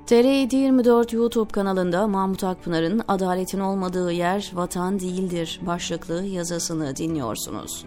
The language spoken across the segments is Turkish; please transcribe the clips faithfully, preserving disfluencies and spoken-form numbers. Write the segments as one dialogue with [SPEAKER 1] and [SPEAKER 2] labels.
[SPEAKER 1] T R yedi yirmi dört YouTube kanalında Mahmut Akpınar'ın "Adaletin olmadığı yer vatan değildir" başlıklı yazısını dinliyorsunuz.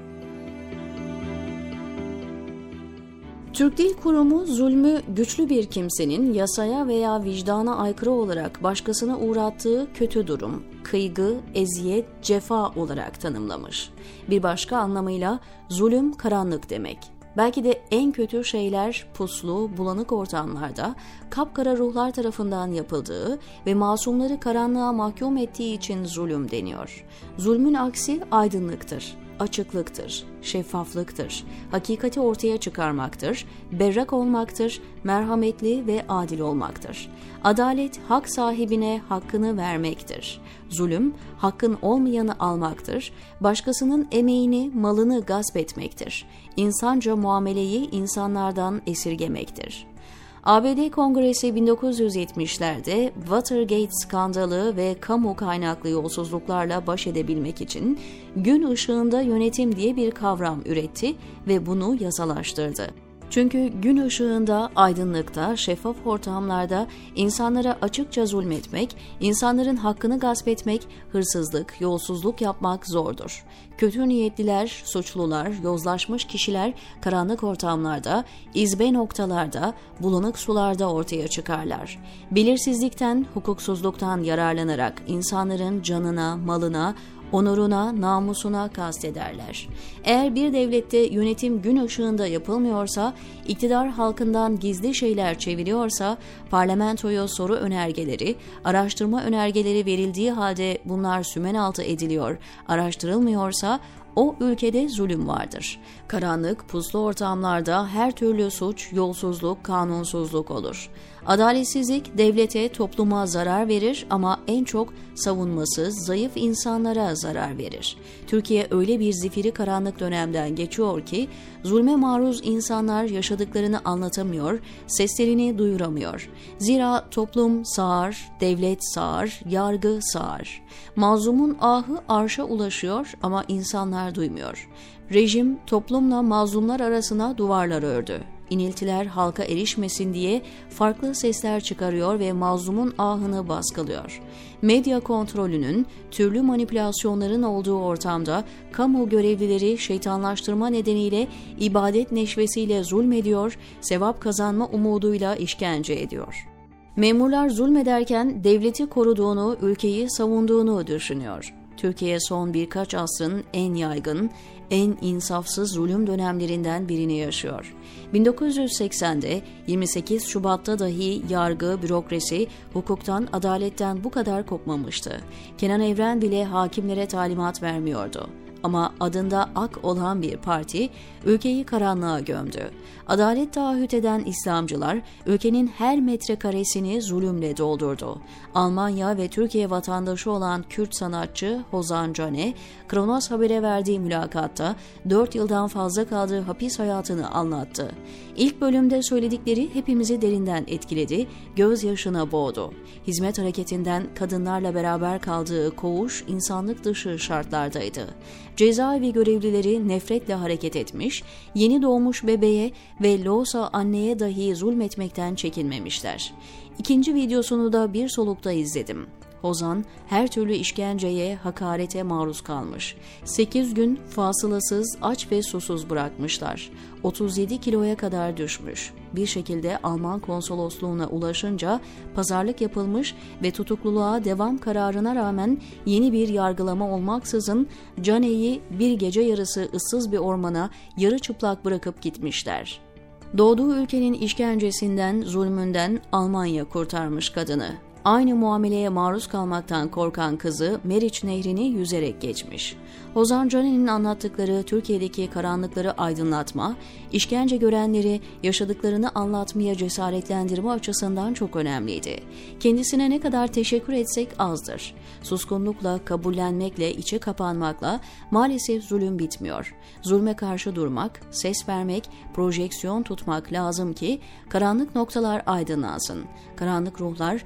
[SPEAKER 1] Türk Dil Kurumu, zulmü güçlü bir kimsenin yasaya veya vicdana aykırı olarak başkasına uğrattığı kötü durum, kıygı, eziyet, cefa olarak tanımlamış. Bir başka anlamıyla zulüm karanlık demek. Belki de en kötü şeyler puslu, bulanık ortamlarda kapkara ruhlar tarafından yapıldığı ve masumları karanlığa mahkum ettiği için zulüm deniyor. Zulmün aksi aydınlıktır, açıklıktır, şeffaflıktır, hakikati ortaya çıkarmaktır, berrak olmaktır, merhametli ve adil olmaktır. Adalet, hak sahibine hakkını vermektir. Zulüm, hakkın olmayanı almaktır, başkasının emeğini, malını gasp etmektir. İnsanca muameleyi insanlardan esirgemektir. A B D Kongresi bin dokuz yüz yetmişlerde Watergate skandalı ve kamu kaynaklı yolsuzluklarla baş edebilmek için gün ışığında yönetim diye bir kavram üretti ve bunu yasalaştırdı. Çünkü gün ışığında, aydınlıkta, şeffaf ortamlarda insanlara açıkça zulmetmek, insanların hakkını gasp etmek, hırsızlık, yolsuzluk yapmak zordur. Kötü niyetliler, suçlular, yozlaşmış kişiler karanlık ortamlarda, izbe noktalarda, bulanık sularda ortaya çıkarlar. Belirsizlikten, hukuksuzluktan yararlanarak insanların canına, malına, onuruna, namusuna kastederler. Eğer bir devlette yönetim gün ışığında yapılmıyorsa, iktidar halkından gizli şeyler çeviriyorsa, parlamentoya soru önergeleri, araştırma önergeleri verildiği halde bunlar sümenaltı ediliyor, araştırılmıyorsa, o ülkede zulüm vardır. Karanlık, puslu ortamlarda her türlü suç, yolsuzluk, kanunsuzluk olur. Adaletsizlik devlete, topluma zarar verir ama en çok savunmasız, zayıf insanlara zarar verir. Türkiye öyle bir zifiri karanlık dönemden geçiyor ki, zulme maruz insanlar yaşadıklarını anlatamıyor, seslerini duyuramıyor. Zira toplum sağır, devlet sağır, yargı sağır. Mazlumun ahı arşa ulaşıyor ama insanlar duymuyor. Rejim toplumla mazlumlar arasına duvarlar ördü. İniltiler halka erişmesin diye farklı sesler çıkarıyor ve mazlumun ahını baskılıyor. Medya kontrolünün, türlü manipülasyonların olduğu ortamda kamu görevlileri şeytanlaştırma nedeniyle ibadet neşvesiyle zulmediyor, sevap kazanma umuduyla işkence ediyor. Memurlar zulmederken devleti koruduğunu, ülkeyi savunduğunu düşünüyor. Türkiye son birkaç asrın en yaygın, en insafsız zulüm dönemlerinden birini yaşıyor. bin dokuz yüz seksende yirmi sekiz Şubat'ta dahi yargı, bürokrasi, hukuktan, adaletten bu kadar kopmamıştı. Kenan Evren bile hakimlere talimat vermiyordu. Ama adında ak olan bir parti ülkeyi karanlığa gömdü. Adalet taahhüt eden İslamcılar ülkenin her metrekaresini zulümle doldurdu. Almanya ve Türkiye vatandaşı olan Kürt sanatçı Hozan Cane, Kronos Haber'e verdiği mülakatta dört yıldan fazla kaldığı hapis hayatını anlattı. İlk bölümde söyledikleri hepimizi derinden etkiledi, gözyaşına boğdu. Hizmet hareketinden kadınlarla beraber kaldığı koğuş insanlık dışı şartlardaydı. Cezaevi görevlileri nefretle hareket etmiş, yeni doğmuş bebeğe ve loğusa anneye dahi zulmetmekten çekinmemişler. İkinci videosunu da bir solukta izledim. Hozan her türlü işkenceye, hakarete maruz kalmış. sekiz gün fasılasız, aç ve susuz bırakmışlar. otuz yedi kiloya kadar düşmüş. Bir şekilde Alman konsolosluğuna ulaşınca pazarlık yapılmış ve tutukluluğa devam kararına rağmen yeni bir yargılama olmaksızın Cane'yi bir gece yarısı ıssız bir ormana yarı çıplak bırakıp gitmişler. Doğduğu ülkenin işkencesinden, zulmünden Almanya kurtarmış kadını. Aynı muameleye maruz kalmaktan korkan kızı Meriç Nehri'ni yüzerek geçmiş. Hozan Cane'nin anlattıkları Türkiye'deki karanlıkları aydınlatma, işkence görenleri yaşadıklarını anlatmaya cesaretlendirme açısından çok önemliydi. Kendisine ne kadar teşekkür etsek azdır. Suskunlukla, kabullenmekle, içe kapanmakla maalesef zulüm bitmiyor. Zulme karşı durmak, ses vermek, projeksiyon tutmak lazım ki karanlık noktalar aydınlansın. Karanlık ruhlar, karanlık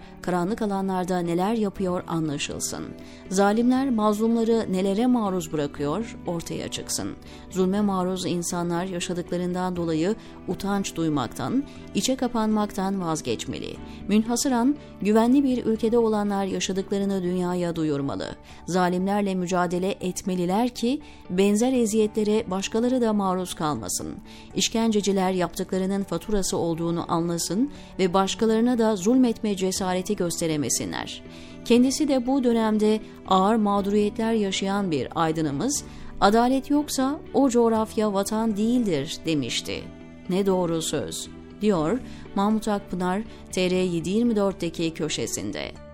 [SPEAKER 1] karanlık alanlarda neler yapıyor anlaşılsın. Zalimler mazlumları nelere maruz bırakıyor ortaya çıksın. Zulme maruz insanlar yaşadıklarından dolayı utanç duymaktan, içe kapanmaktan vazgeçmeli. Münhasıran, güvenli bir ülkede olanlar yaşadıklarını dünyaya duyurmalı. Zalimlerle mücadele etmeliler ki benzer eziyetlere başkaları da maruz kalmasın. İşkenceciler yaptıklarının faturası olduğunu anlasın ve başkalarına da zulmetme cesareti gösteremesinler. Kendisi de bu dönemde ağır mağduriyetler yaşayan bir aydınımız, adalet yoksa o coğrafya vatan değildir demişti. Ne doğru söz, diyor Mahmut Akpınar T R yedi yirmi dört'teki köşesinde.